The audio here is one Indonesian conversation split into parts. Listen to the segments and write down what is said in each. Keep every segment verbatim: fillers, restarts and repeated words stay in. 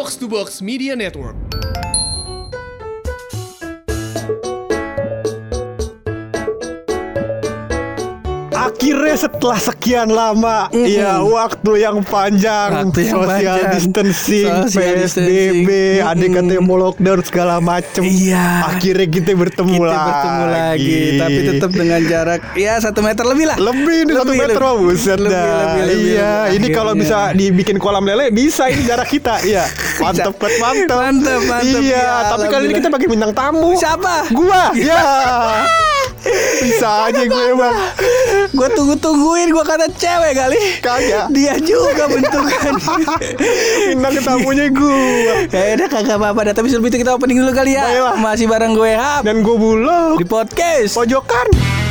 Box to Box Media Network. Akhirnya setelah sekian lama, mm-hmm. ya waktu yang panjang, waktu yang social panjang. distancing, Social P S B B, distancing. adik katanya mau lockdown segala macem. Iya. Akhirnya kita bertemu Kita lagi. bertemu lagi, tapi tetap dengan jarak ya satu meter lebih lah. Lebih nih satu Lebih, meter, lebih. wah buset Lebih, dah. lebih, lebih, Iya, lebih. ini kalau Akhirnya. bisa dibikin kolam lele bisa ini jarak kita. Iya, mantep banget, mantep. Mantep, mantep. Iya, Ya, tapi kali ini kita pakai bintang tamu. Siapa? Gua. Ya. Bisa aja gue bang. Gue tunggu-tungguin, gue kata cewek kali. Kagak. Dia juga bentukan. Bintang tamunya gue. Ya udah kagak apa-apa dah. Tapi sebelum itu kita opening dulu kali ya. Baiklah. Masih bareng gue Hap Dan gue Bulog di podcast Pojokan.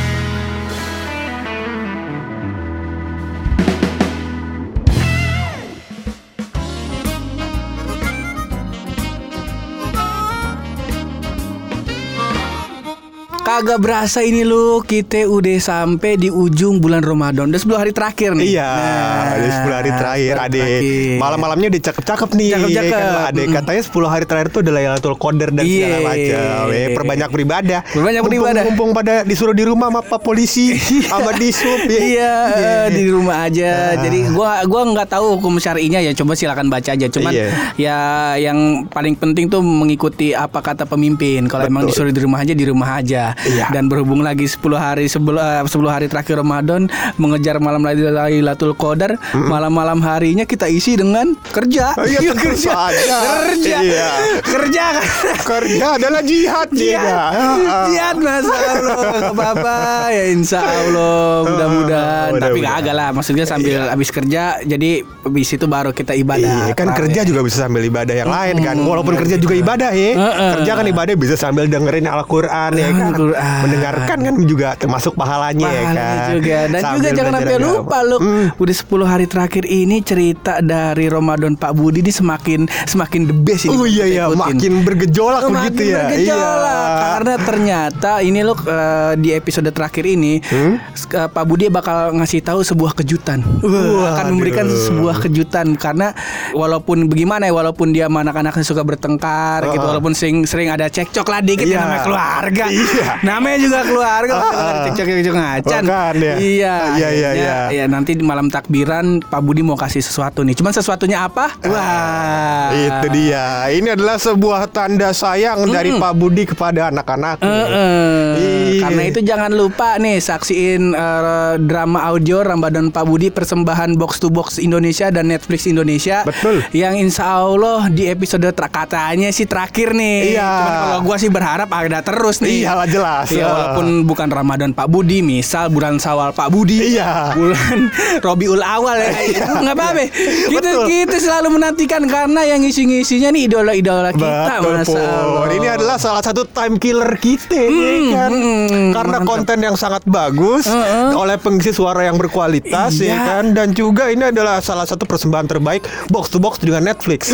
Kagak berasa ini lu, kita udah sampai di ujung bulan Ramadan. Udah sepuluh hari terakhir nih. Iya, Nah, udah sepuluh hari terakhir. sepuluh hari Adek terakhir. malam-malamnya udah cakep-cakep nih. Cakep-cakep. Kan, adek Mm. katanya sepuluh hari terakhir tuh adalah Lailatul Qadar dan Iya. segala macam. Eh, perbanyak beribadah. Perbanyak Mumpung- beribadah. Mumpung pada disuruh di rumah sama Pak Polisi, sama Dishub. Ya. Iya, eh, di rumah aja. Ah. Jadi gua gua nggak tahu hukum syar'inya ya. Coba silakan baca aja. Cuman Iya. ya yang paling penting tuh mengikuti apa kata pemimpin. Kalau emang Betul. disuruh di rumah aja, di rumah aja. Iya. Dan berhubung lagi sepuluh hari sebelum uh, sepuluh hari terakhir Ramadan mengejar malam Lailatul Qadar, malam-malam harinya kita isi dengan kerja. Oh, iya, tentu kerja. saja. Kerja. Iya. Kerja kan. Kerja adalah jihad. Jihad, Jihad. jihad Masya Allah. Gak apa-apa ya, insya Allah mudah-mudahan. Oh, Tapi mudah-mudahan. kagak lah, maksudnya sambil habis kerja, jadi habis itu baru kita ibadah. Iya, kan Paham kerja ya? juga bisa sambil ibadah yang lain kan. Walaupun kerja juga ibadah ya. Heeh. Kerja kan ibadah bisa sambil dengerin Al-Qur'an ya kan. Al-Qur'an. Mendengarkan kan juga termasuk pahalanya ya Pahalanya kan. juga. Dan Sambil juga jangan belajar sampai agama. lupa lu, Hmm. udah sepuluh hari terakhir ini cerita dari Ramadan Pak Budi ini semakin semakin the best ini. Oh iya iya, Ikutin. makin bergejolak Oh, begitu makin ya. bergejolak. Iya. Karena ternyata ini loh uh, di episode terakhir ini Hmm? uh, Pak Budi bakal ngasih tahu sebuah kejutan. Wah, akan memberikan aduh. sebuah kejutan karena walaupun bagaimana ya, walaupun dia sama anak-anaknya suka bertengkar gitu, Uh-uh. walaupun sering sering ada cekcok lah dikit, Iya. ya namanya keluarga. Iya. Namanya juga keluarga. Uh-uh. Ada cekcok-cekcok ngacan. Oh, kan, ya. Iya, Iya, iya, akhirnya, iya. ya nanti di malam takbiran Pak Budi mau kasih sesuatu nih. Cuman sesuatunya apa? Wah. Itu dia. Ini adalah sebuah tanda sayang dari Pak Budi kepada anak-anak. Heeh. Iya. Karena itu jangan lupa nih saksiin uh, drama audio Ramadan Pak Budi persembahan Box to Box Indonesia dan Netflix Indonesia. Betul. Yang insya Allah di episode ter- katanya sih terakhir nih. Iya. Cuman kalau gua sih berharap ada terus nih. Iyalah jelas. Iya, walaupun bukan Ramadan Pak Budi, misal bulan Syawal Pak Budi, Iya. bulan Robiul Awal ya, Iya. nggak apa-apa. Kita Betul. kita selalu menantikan karena yang ngisi-ngisinya nih idola-idola kita. Betul, Masya Allah. Pur. Ini adalah salah satu time killer kita ya kan. hmm, Karena mantap. konten yang sangat bagus Uh-uh. oleh pengisi suara yang berkualitas Iya. ya kan, dan juga ini adalah salah satu persembahan terbaik box to box dengan Netflix.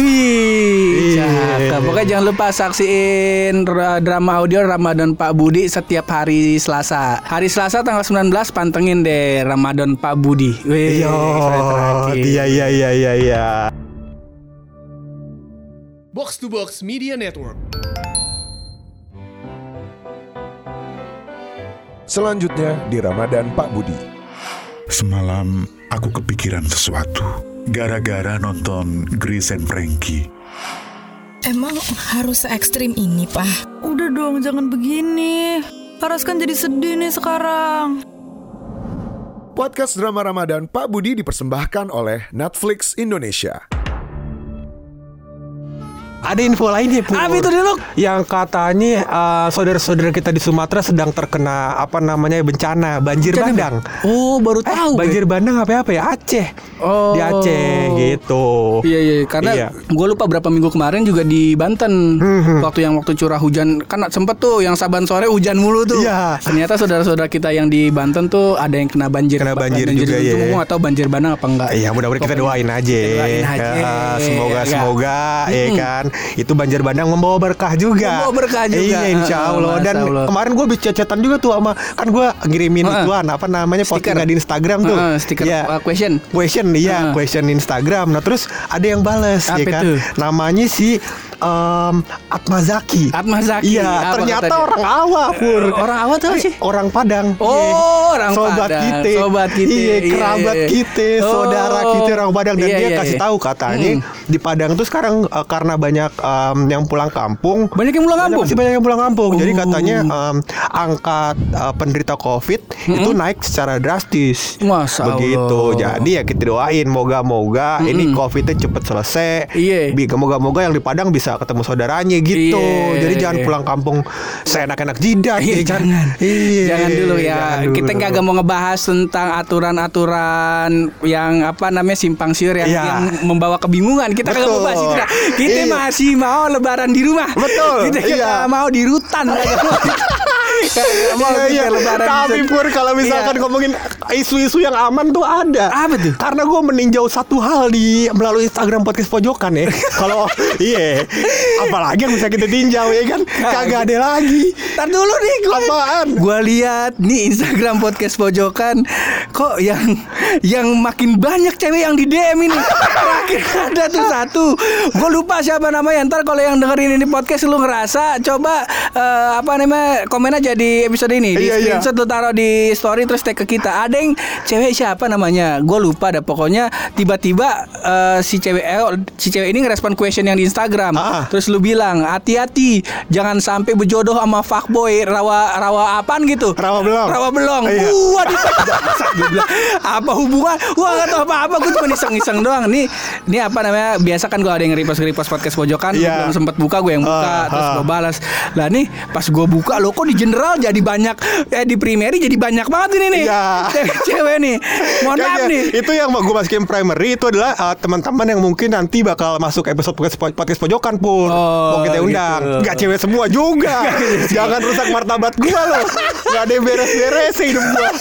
Wih, Iya. cakep. Pokoknya jangan lupa saksiin ra- drama audio Ramadan Pak Budi setiap hari Selasa. Hari Selasa tanggal sembilan belas pantengin deh Ramadan Pak Budi. Wih, Iya, episode terakhir. iya iya iya iya iya. Box to Box Media Network. Selanjutnya di Ramadan Pak Budi. Semalam aku kepikiran sesuatu gara-gara nonton Grace and Frankie. Emang harus se-ekstrim ini, Pak? Udah dong, jangan begini. Laras kan jadi sedih nih sekarang. Podcast drama Ramadan Pak Budi dipersembahkan oleh Netflix Indonesia. Ada info lainnya Pur. Apa itu dulu? Yang katanya uh, saudara-saudara kita di Sumatera sedang terkena apa namanya bencana banjir Bencana bandang. Oh, baru Eh, tahu. banjir bandang apa apa ya, Aceh. Oh. Di Aceh gitu. Iya iya, karena Iya. gue lupa berapa minggu kemarin juga di Banten. Mhm. Waktu yang waktu curah hujan kan sempet tuh yang Saban sore hujan mulu tuh. Iya. Ternyata saudara-saudara kita yang di Banten tuh ada yang kena banjir. Kena banjir juga, itu, ya. Gue nggak tahu banjir bandang apa enggak. Iya, mudah-mudahan kita doain aja. Kita doain aja. Ya, semoga Ya. semoga ya kan. Itu banjir bandang membawa berkah juga. Membawa berkah juga. Iya, insya Allah. Masya Dan Allah. kemarin gue bisa chatan juga tuh sama, kan gue ngirimin Heeh. ituan apa namanya Stiker. postingan di Instagram tuh. Heeh, stiker Iya. uh, question. Question question, iya, uh. question Instagram. Nah terus ada yang balas, ya kan? Itu? Namanya si um, Atmazaki. Atmazaki. Iya, ternyata orang Awa, Pur. Orang Awa tuh sih? Orang Padang. Oh, yeah. orang sobat Padang. Kita. Sobat kita. Iya, kerabat iya, iya. kita, oh. saudara kita orang Padang, dan iya, dia iya, kasih iya. tahu katanya hmm. di Padang tuh sekarang uh, karena banyak um, yang pulang kampung. Banyak yang pulang kampung. Masih banyak yang pulang kampung. Uh. Jadi katanya um, angka uh, penderita Covid hmm. itu naik secara drastis. Masa begitu. Allah. Jadi ya kita doain moga-moga hmm. ini Covidnya cepet selesai. Iya. Moga-moga yang di Padang bisa ketemu saudaranya gitu. Iya. Jadi jangan pulang kampung seenak-enak jidat. Iya, ya kan? Jangan. Iya. Jangan dulu ya. Jangan dulu. Kita nggak mau ngebahas tentang aturan-aturan yang apa namanya simpang siur yang, iya. yang membawa kebingungan. Kita nggak mau bahas itu. Kita iya. masih mau lebaran di rumah. Betul. Kita iya. mau di rutan. Mau iya, iya. Tapi Pur kalau misalkan iya. ngomongin isu-isu yang aman tuh ada. Apa tuh? Karena gue meninjau satu hal di melalui Instagram podcast pojokan ya. Kalau iya, apalagi yang bisa kita tinjau ya kan? Kagak ada lagi. Ntar dulu nih gue. Apaan? Gue lihat nih Instagram podcast pojokan kok yang yang makin banyak cewek yang di D M ini. Terakhir ada tuh satu. Gue lupa siapa namanya. Ntar kalau yang dengerin ini podcast lu ngerasa coba uh, apa namanya komen aja di episode ini di iya, screenshot iya. lu taruh di story terus tag ke kita. Ada yang cewek siapa namanya? Gue lupa dah pokoknya tiba-tiba uh, si cewek eh, si cewek ini ngerespon question yang di Instagram. Ah. Terus lu bilang hati-hati jangan sampai berjodoh sama fuckboy rawa rawa apaan gitu. Rawa belong. Rawa belong. Iya. Wah, dia bilang apa hubungan? Wah, enggak tahu apa-apa, gue cuma iseng-iseng doang. Nih, ini apa namanya? Biasa kan gue ada yang repost-repost podcast pojokan, yeah. belum sempat buka, gue yang buka, uh, terus uh. gue balas. Lah nih, pas gue buka lo kok di general jadi banyak, eh di primary jadi banyak banget ini nih. Yeah. Cewek nih. Mohon maaf nih. Itu yang gue masukin primary itu adalah uh, teman-teman yang mungkin nanti bakal masuk episode podcast, podcast pojokan pun. Oh, mau kita undang. Gitu. Gak cewek semua juga. Jangan rusak martabat gue loh. Gak ada yang beres-beres hidup gue.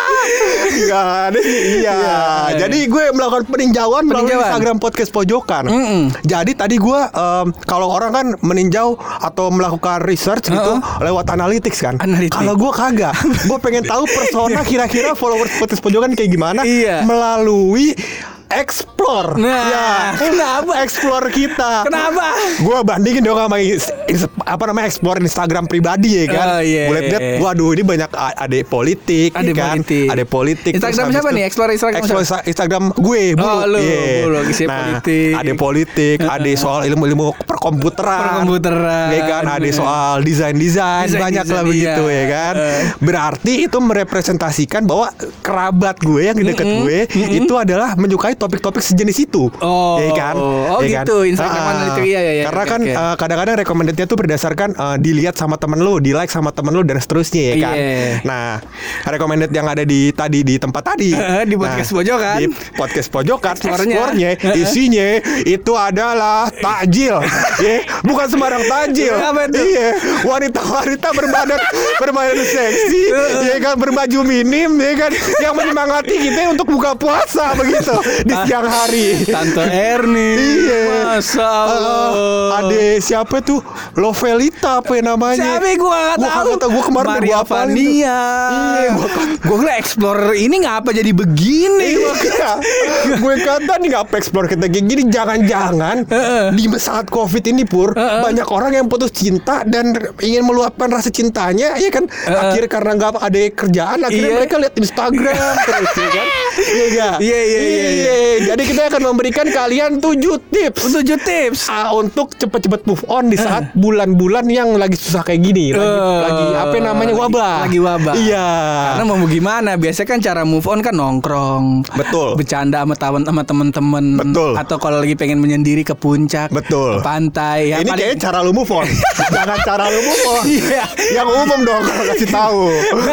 Gak ada sih. Iya. Yeah. Jadi gue melakukan peninjauan melalui Instagram podcast pojokan. Mm-mm. Jadi tadi gue um, kalau orang kan meninjau atau melakukan research uh-uh. gitu lewat analytics kan. Kalau gue kagak. Gue pengen tahu persona kira-kira followers podcast pojokan kayak gimana iya. melalui explore. Nah, ya, kenapa explore kita? Kenapa? Gua bandingin dong sama apa namanya explore Instagram pribadi ya kan. Oh, yeah. Gue lihat, waduh ini banyak ada politik, ada kan? politik. Ada politik. Instagram siapa nih? Explore Instagram. Explore siapa? Instagram gue, Bulu. Oh, lu, yeah. Bulu, nah, politik. Ada politik, ada soal ilmu-ilmu perkomputeran. Perkomputeran. Ya kan, ada soal desain-desain, banyak design, lah begitu iya. ya kan. Uh. Berarti itu merepresentasikan bahwa kerabat gue yang di dekat mm-hmm. gue mm-hmm. itu adalah menyukai topik-topik sejenis itu, oh, ya kan? Oh ya gitu, kan? Instagram uh, analitik ya, ya, ya. Karena okay, kan okay. Uh, kadang-kadang recommendednya tuh berdasarkan uh, dilihat sama temen lu, di like sama temen lu dan seterusnya, ya kan? Yeah. Nah, recommended yang ada di tadi di tempat tadi, di podcast nah, pojokan, di podcast pojokan, explore-nya, isinya itu adalah takjil, ya, bukan sembarang takjil, iya, wanita-wanita berbadan berbadan seksi, ya kan, berbaju minim, ya kan, yang menyemangati kita untuk buka puasa begitu. Di siang hari Tante Erni. Iya. Masa Allah. uh, Ade siapa tuh? Lovelita apa yang namanya? Siapa gue gak tahu. Gue gue kemarin Maria gue Vania. Iya. Gue kira explore ini ngapa jadi begini. Iya. Gue kata nih ngapa explore kita kayak gini. Jangan-jangan di saat Covid ini Pur banyak orang yang putus cinta dan ingin meluapkan rasa cintanya, ya kan? Akhirnya karena gak ada kerjaan, akhirnya iya. mereka lihat Instagram terus, ya kan? Iya Iya iya iya. Iya, jadi kita akan memberikan kalian tujuh tips. Tujuh tips uh, untuk cepat-cepat move on di saat bulan-bulan yang lagi susah kayak gini. Lagi, uh, lagi apa namanya wabah. Lagi wabah. Iya. Karena mau gimana? Biasanya kan cara move on kan nongkrong. Betul. Bercanda sama teman sama teman-teman. Betul. Atau kalau lagi pengen menyendiri ke puncak. Betul. Ke pantai. Ya, ini paling... kayaknya cara lu move on. Jangan cara lu move on. Iya. Yang umum dong kalau kasih tahu.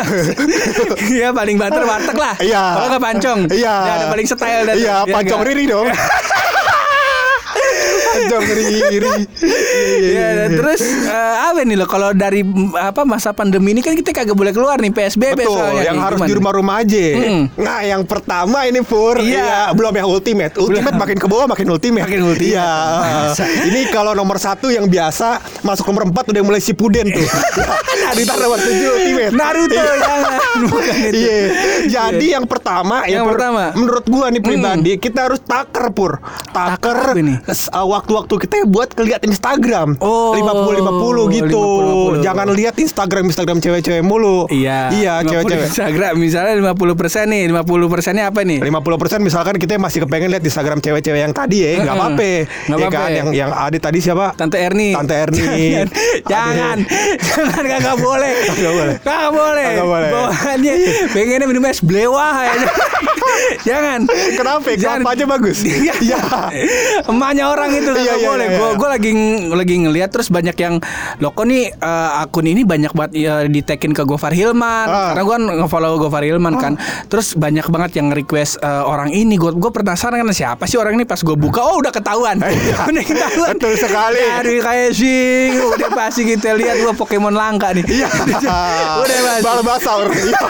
Iya paling banter warteg lah. Iya. Kalau nggak pancong. Iya. Ya, ada paling style dan iya, pancong Riri dong. Jong iri. Ya, terus uh, apa nih lo kalau dari apa masa pandemi ini kan kita kagak boleh keluar nih P S B B. Betul, soalnya yang nih, harus gimana? di rumah-rumah aja. Mm-mm. Nah, yang pertama ini Pur, Iya. iya, belum yang ultimate. Ultimate makin ke bawah makin ultimate. Makin ultimate. Iya. Ini kalau nomor satu yang biasa masuk nomor empat udah mulai Shippuden tuh. Nah, di nomor tujuh ultimate. Naruto Iya. jangan bukan itu. Iya. Jadi yang pertama ya Yang Pur, pertama. menurut gua nih pribadi kita harus taker Pur. Taker apa ini? s- uh, waktu-waktu kita buat lihat Instagram. Oh, lima puluh lima puluh gitu. lima puluh lima puluh. Jangan lihat Instagram Instagram cewek-cewek mulu. Iya. Iya, lima puluh cewek-cewek. Instagram misalnya lima puluh persen nih, lima puluh persennya apa nih? lima puluh persen misalkan kita masih kepengen lihat Instagram cewek-cewek yang tadi ya, nggak Heeh. apa-apa. Nggak Ya apa-apa. kan yang yang ada tadi siapa? Tante Erni. Tante Erni. Jangan. Jangan. Jangan kagak boleh. Kagak boleh. Kagak boleh. Kagak boleh. Bawaannya pengennya minum es blewah ya. Jangan. Kenapa? Jangan. Kelapa aja bagus. Iya. Iya. Emaknya orang itu kagak Iya, iya, boleh. iya, Gue iya. gue lagi lagi ngelihat terus banyak yang loh kok nih eh, akun ini banyak banget ya, di-tagin ke Gofar Hilman. Ah. Karena gue nge-follow Gofar Hilman kan. Terus banyak banget yang request eh, orang ini. Gue gue penasaran kan siapa sih orang ini pas gue buka oh udah ketahuan. Udah ketahuan. Betul sekali. Dari kayak sing udah pasti kita lihat gua Pokemon langka nih. Iya. Udah pasti. Bulbasaur.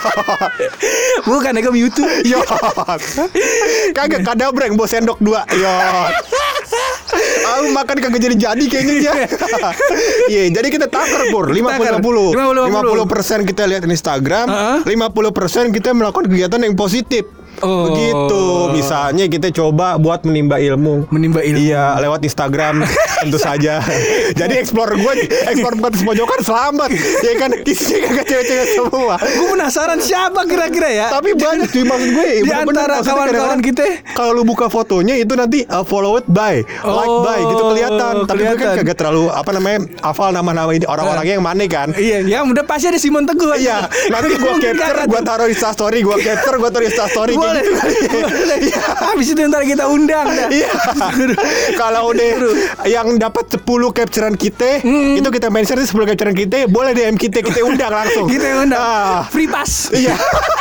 Bukan ya Mewtwo. Yo. Kagak kadabreng bos sendok dua. Yo. Aku makan kagak jadi-jadi kayaknya dia. Iya, jadi kita taker Pur lima puluh lima puluh. lima puluh, lima puluh. lima puluh persen kita lihat Instagram, Uh-huh. lima puluh persen kita melakukan kegiatan yang positif. Oh. Begitu. Misalnya kita coba buat menimba ilmu. Menimba ilmu. Iya, lewat Instagram tentu saja. Jadi explore gue, explore podcast pojokan selamat. Ya kan isinya kagak cewek-cewek semua. Gue penasaran siapa kira-kira ya. Tapi banyak cuy maksud gue Di bener-bener, antara maksudnya kawan-kawan kadang-kadang kita. kalau lu buka fotonya itu nanti uh, followed by, like Oh, by gitu kelihatan. Tapi gue kan kelihatan. kagak terlalu apa namanya hafal nama-nama ini orang-orangnya yang mana kan. Iya, yang udah pasti ada Simon Teguh. Iya, nanti gue capture, gue taruh di story, gue capture, gue taruh di story kayak Boleh. gitu kali ya. Boleh. Habis itu ntar kita undang dah. Iya. Kalau udah yang dapat sepuluh capturean kita, itu kita mention di sepuluh capturean kita, boleh D M kita, kita undang langsung. Kita undang. Ah. Free pass. Iya.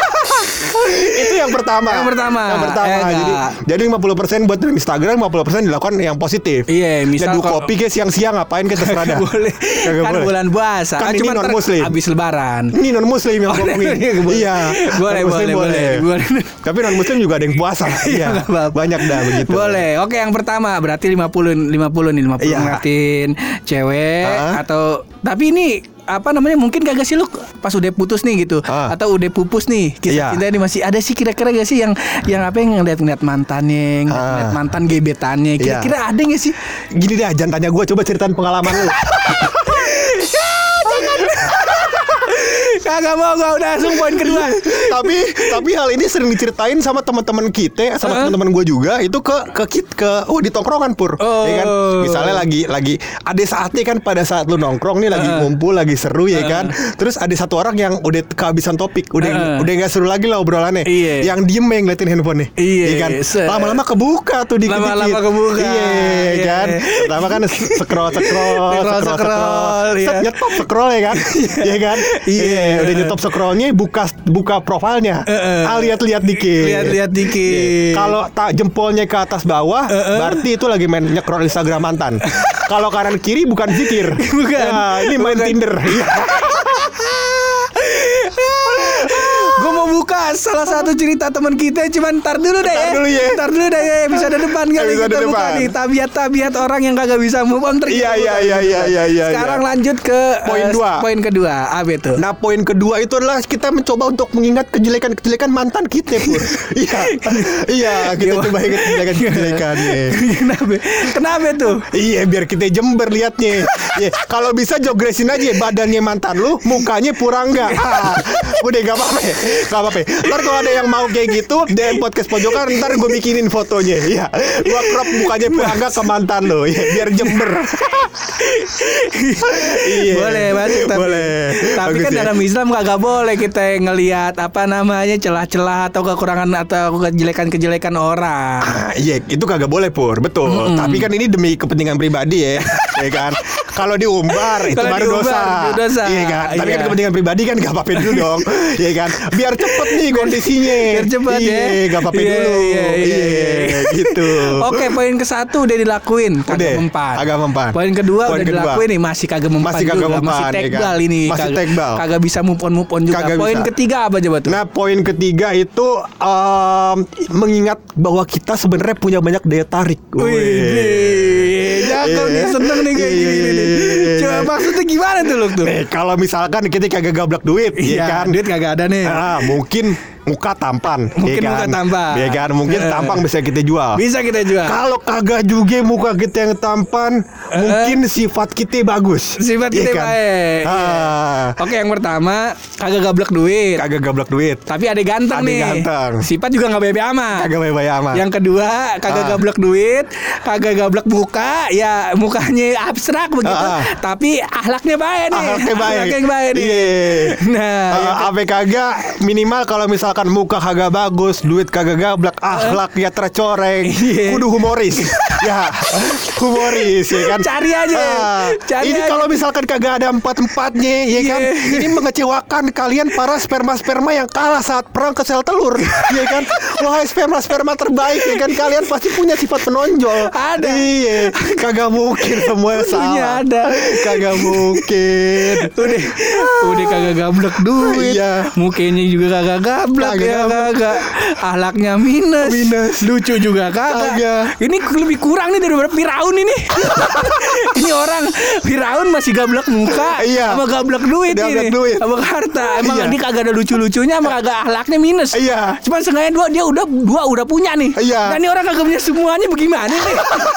Itu yang pertama. Yang pertama. Yang pertama. Eh, jadi enggak. jadi lima puluh persen buat Instagram, lima puluh persen dilakukan yang positif. Iya, misal Nyeduh kalau- kopi ke siang-siang ngapain ke terserah dah. Boleh. Kagak Kan boleh. bulan puasa. Kan ini cuma ntar non-muslim. Habis lebaran. Ini non muslim yang Boleh, ngomongin. boleh. Iya. Boleh, Non-muslim boleh, boleh. Boleh. Tapi non muslim juga ada yang puasa. Iya. nggak apa-apa. Banyak dah begitu. Boleh. Oke, yang pertama berarti lima puluh lima puluh nih, lima puluh Iya. ngeliatin cewek Ah. atau tapi ini apa namanya mungkin kagak sih lu pas udah putus nih gitu Ah. atau udah pupus nih kisah Iya. cinta ini masih ada sih kira-kira gak sih yang yang apa yang ngeliat-ngeliat mantannya, ngeliat Ah. mantan gebetannya Iya. kira-kira ada gak sih? Gini deh, jangan tanya gue, coba ceritain pengalaman lu. Kagak mau gua udah langsung poin kedua. tapi tapi hal ini sering diceritain sama teman-teman kita, sama Heeh. teman-teman gue juga itu ke ke kit ke oh di tongkrongan Pur. Oh. Ya kan? Misalnya lagi lagi ada saatnya kan pada saat lu nongkrong nih lagi Heeh. ngumpul, lagi seru ya kan. Terus ada satu orang yang udah kehabisan topik, udah Heeh. udah enggak seru lagi lah obrolannya. Iya. Yang diem yang ngeliatin handphone nih. Iya, kan? se- Lama-lama kebuka tuh dikit-dikit. Lama-lama kebuka. Iya, Iya. kan. Pertama kan scroll scroll Scroll, scroll scroll, Set, iya. nyetop scroll ya kan. Iya kan? Iya. Udah nyetop scrollnya buka buka profilnya. Ah, lihat-lihat dikit. Lihat-lihat dikit. Iya. Kalau tak jempolnya ke atas bawah, berarti itu lagi main nyekrol Instagram mantan. Kalau kanan kiri bukan zikir. Bukan. Nah, ini main Bukan. Tinder. Iya. Gue mau buka salah satu cerita teman kita, cuman ntar dulu deh. Ntar dulu ya. Ntar dulu deh ya. Episode depan kali Episode kita buka depan. nih tabiat-tabiat orang yang kagak bisa move on. Ntar kita Iya, buka iya, nih. iya, iya, iya, iya. Sekarang lanjut ke Poin eh, dua. Poin kedua. Apa itu? Nah, poin kedua itu adalah kita mencoba untuk mengingat kejelekan-kejelekan mantan kita, Pur. Iya. Iya, kita Gimana? coba ingat kejelekan-kejelekannya. Kenapa? Kenapa tuh? Iya, biar kita jember liatnya. Iya, kalau bisa jogresin aja badannya mantan lu, mukanya Purangga. Ah, udah gak apa-apa. Gak apa-apa. Ntar kalau ada yang mau kayak gitu, D M podcast pojokan, ntar gue bikinin fotonya. Iya, gue crop mukanya Purangga ke mantan lu. Iya, biar jember. Iya. Boleh masuk tapi, Boleh. tapi Bagus kan ya. dalam Islam kagak boleh kita ngelihat apa namanya celah-celah atau kekurangan atau kejelekan-kejelekan orang. Ah, iya, itu kagak boleh Pur, betul. Tapi kan ini demi kepentingan pribadi ya, ya kan. Kalau diumbar itu Kalau baru diumbar, dosa. itu dosa. Iya kan. Tapi Iya. kan kepentingan pribadi kan gak apa-apa dulu dong, ya kan. Biar cepet cepet nih kondisinya. Biar cepet ya. Iya, gak apa-apa Iya, dulu. iya, iya, Iya, gitu. Oke, poin ke satu udah dilakuin, kagak Udah, mempan. kagak mempan. Poin kedua Poin udah kedua. dilakuin nih, masih kagak mempan Masih kagak juga, mempan, masih ya kan? tekbal ini. Masih kagak, tekbal. Kagak bisa move on move on juga. Kagak Poin bisa. ketiga apa coba tuh? Nah, poin ketiga itu um, mengingat bahwa kita sebenarnya punya banyak daya tarik. Wih, jago nih, seneng nih kayak gini nih. Coba maksudnya gimana tuh lu tuh? Eh, kalau misalkan kita kagak gablak duit, Iya, ya kan? duit kagak ada nih. Ah, mungkin muka tampan, Mungkin ya muka kan? tampan. ya kan? Mungkin Eh. tampang bisa kita jual. Bisa kita jual. Kalau kagak juga muka kita yang tampan, mungkin sifat kita bagus. Sifat ya kita kan? baik. Ah, Oke, yang pertama kagak gablak duit. kagak gablak duit, Tapi ada ganteng Ada nih. ganteng. Sifat juga nggak bebe amat. kagak bayar amat. Yang kedua kagak Ah. gablak duit, kagak gablak muka, ya mukanya abstrak begitu. Ah. Tapi akhlaknya baik nih. Akhlaknya baik. Akhlaknya baik nih. Iya. Nah, Uh, yang apa kagak minimal kalau misalkan muka kagak bagus, duit kagak gablak, akhlaknya tercoreng, Iya. kudu humoris. Ya, humoris ya kan. Cari aja. Ah, Cari ini aja. kalau misalkan kagak ada empat-empatnya ya kan. Iya. Ini mengecewakan kalian para sperma-sperma yang kalah saat perang ke sel telur. Ya kan. Wahai sperma-sperma terbaik ya kan, kalian pasti punya sifat menonjol. Ada. Iya, kagak mungkin semua Punya salah. ada. Kagak mungkin. udah udah kagak gablak duit, Iya. mukanya juga kagak gablak, Kagak ya gablak. kagak, ahlaknya minus, Minus. lucu juga kagak. Kagak. Ini lebih kurang nih daripada Firaun ini. Ini orang Firaun masih gablak muka, Iya. sama gablak duit Gablak ini, duit. sama harta. Emang Iya. dia kagak ada lucu-lucunya, sama kagak ahlaknya minus. Iya. Cuman sengaja dua dia udah dua udah punya nih. Iya. Dan ini orang kagak punya semuanya, bagaimana nih?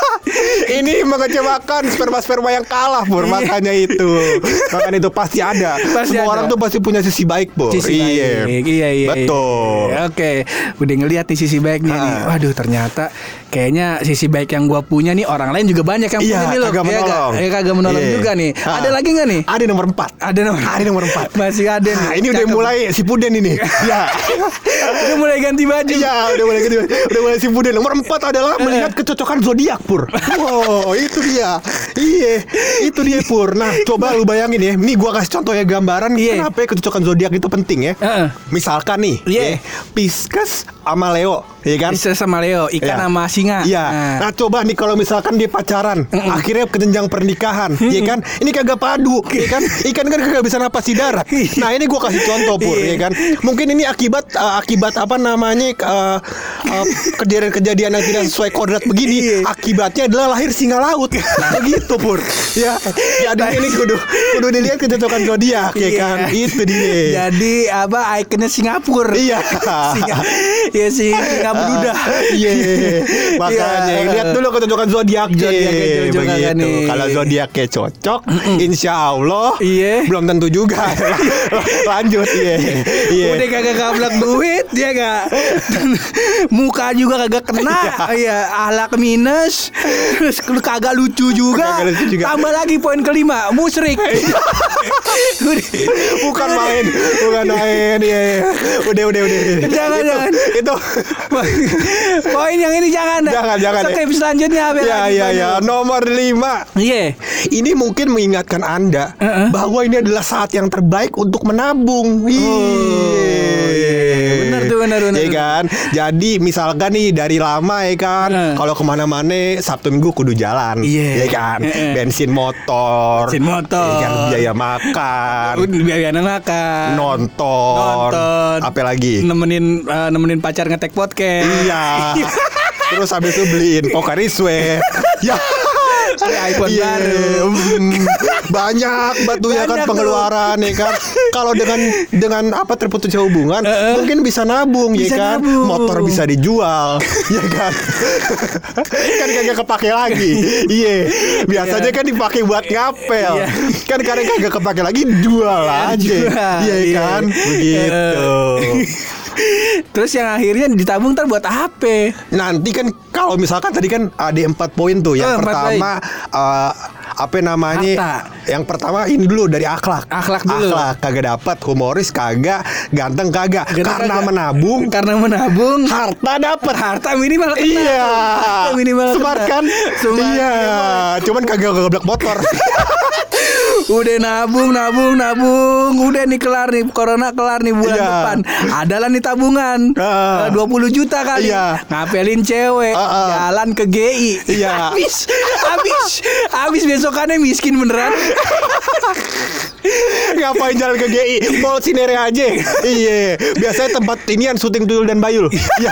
Ini mengecewakan sperma-sperma yang kalah, Pur. Makanya itu. Makanya itu pasti ada. Pasti Semua ada. orang tuh pasti punya sisi baik, Pur. Sisi Iya. baik. Iya, iya. Betul. Iya. Oke, udah ngeliat nih sisi baiknya nih. Ah. Waduh, ternyata kayaknya sisi baik yang gua punya nih orang lain juga banyak yang Iya, punya nih loh. kagak Iya, menolong. Iya, kagak menolong Iya. juga nih. Ah. Ada lagi nggak nih? Ada nomor empat. Ada nomor. Ada nomor empat. Masih ada nih. Nah, ini udah Cakep. mulai si Puden ini. Ya. Udah mulai ganti baju. Iya, udah mulai gitu. Udah mulai si Puden. Nomor empat adalah melihat kecocokan zodiak, Pur. Wow, itu dia. Iya, itu dia, Pur. Nah, coba lu bayangin ya. Nih gua kasih contoh ya gambaran Iya. kenapa ya kecocokan zodiak itu penting ya. Heeh. Misalkan nih, Iya. ya, Pisces sama Leo, ya kan? Bisa sama Leo, ikan Iya. sama singa. Iya. Nah. Nah, coba nih kalau misalkan dia pacaran, akhirnya ke jenjang pernikahan, ya kan? Ini kagak padu, ya kan? Ikan kan kagak bisa napas di darat. Nah, ini gua kasih contoh, Pur, Iya. ya kan? Mungkin ini akibat uh, akibat apa namanya uh, uh, kejadian-kejadian yang tidak sesuai kodrat begini. Iya. Akibatnya adalah lahir singa laut. Begitu, Pur. Ya. Jadi ini kudu kudu dilihat kecocokan zodiak, ya Iya. kan? Itu dia. Jadi apa ikonnya Singapura. Iya. Singa. Ya si singa berudah. Iya. Makanya Iya. lihat dulu kecocokan zodiaknya. Zodiaknya cocok kagak Begitu. nih? Kalau zodiaknya cocok, insya Allah Iya. belum tentu juga. Lanjut, iya. Iya. Udah kagak gablak duit, dia gak muka juga kagak kena, iya, ahlak minus, terus lu kagak lucu juga, Kagak lucu juga. tambah lagi poin kelima, musyrik. Bukan main, bukan main. Iya, iya. Udah, udah, udah. Jangan, itu, jangan. Itu. Poin yang ini jangan, Jangan, jangan. Skip selanjutnya apa Ya, lagi ya, poinnya? ya. Nomor lima. Iya. Ini mungkin mengingatkan Anda Uh-uh. bahwa ini adalah saat yang terbaik untuk menabung. Iya. Benar tuh, benar, benar. Iya kan. Jadi misalkan nih dari lama ya kan, Uh. kalau kemana-mana Sabtu Minggu kudu jalan. Iya. Iya kan. Uh-uh. Bensin motor. Bensin motor. Iya kan, biaya makan. Udah biaya makan, Nonton. nonton, Apa lagi? nemenin eh, nemenin pacar ngetek podcast. Iya. Terus habis itu beliin Pocari Sweat. Ya. Beli iPhone Iya, baru. mm, banyak batu ya kan Banyak pengeluaran ya kan. Kalau dengan dengan apa terputusnya hubungan, Uh-uh. mungkin bisa nabung Bisa ya kan. nabung. Motor bisa dijual, ya kan. Kan kagak kepake lagi. Iya. Biasanya Iya. kan dipakai buat ngapel. Iya. Kan kadang kagak kepake lagi jual aja. Jual, Iya iya. kan? Begitu. Terus yang akhirnya ditabung ntar buat apa? Nanti kan kalau misalkan tadi kan ada empat poin tuh. Yang Oh, empat pertama uh, apa namanya? Harta. Yang pertama ini dulu dari akhlak. Akhlak dulu. Akhlak kagak dapat, humoris kagak, ganteng kagak. Ganteng Karena kagak. menabung, Karena menabung, harta dapat. harta minimal kena. Iya. Harta minimal Smart kena. kan? Smart. Iya. Cuman kagak gablak motor. Udah nabung, nabung, nabung. Udah nih kelar nih, corona kelar nih bulan Iya. depan. Adalah nih tabungan Ah. uh, dua puluh juta kali. Iya. Ngapelin cewek, Ah, ah. jalan ke G I. Iya. Habis, habis, habis besokannya miskin beneran. Ngapain jalan ke G I? Mall Cinere aja. Iya. Biasanya tempat inian syuting Tuyul dan Bayul. Iya.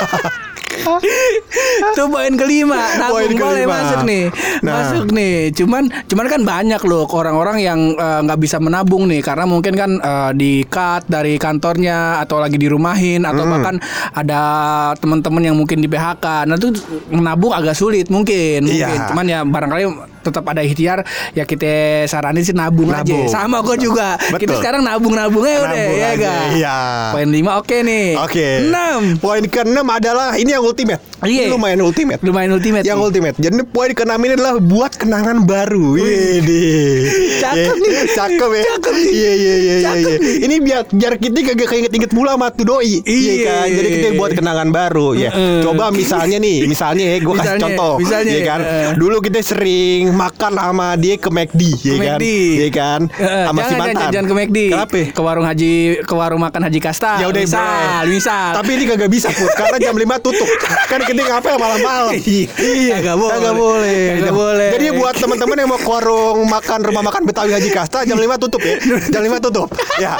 Itu poin kelima. Nabung Poin boleh kelima. masuk nih. Nah. Masuk nih. Cuman cuman kan banyak loh orang-orang yang eh, nggak bisa menabung nih karena mungkin kan eh, di cut dari kantornya atau lagi dirumahin atau bahkan ada teman-teman yang mungkin di P H K. Nah itu menabung agak sulit mungkin. Mungkin. Iya. Cuman ya barangkali tetap ada ikhtiar ya kita saranin sih nabung, Nabung. aja. Sama kok juga. Kita Betul. sekarang nabung-nabungnya udah Nabung ya aja, ga? iya. Poin lima oke nih. Oke. enam. Poin keenam adalah ini yang ultimate. Iya. Ini lumayan ultimate. Lumayan ultimate. Yang nih. ultimate. Jadi poin keenam ini adalah buat kenangan baru. Wih, Cakep nih. Cakep ya. Cakep nih. Iya iya iya iya. Cakep iya. nih. Ini biar biar kita kagak keinget-inget mula sama tuh doi. Iya. kan. Jadi kita buat kenangan baru ya. Heeh. Coba misalnya nih, misalnya ya gue kasih Misalnya, contoh. misalnya, Iya kan. heeh. Dulu kita sering makan sama dia ke McD, ya kan. McD. Iya kan. Eh, Sama si jangan, mantan. jangan, jangan ke McD. Kenapa? Ke warung Haji, ke warung makan Haji Kasta. Ya udah misal, boleh. misal. Tapi ini kagak bisa Pur karena jam lima tutup. Kan kita ngapel malam-malam. Iya, kagak boleh. Kagak boleh. Kagak boleh. Jadi buat teman-teman yang mau ke warung makan rumah makan Betawi Haji Kasta jam lima tutup ya. Jam lima tutup. Ya.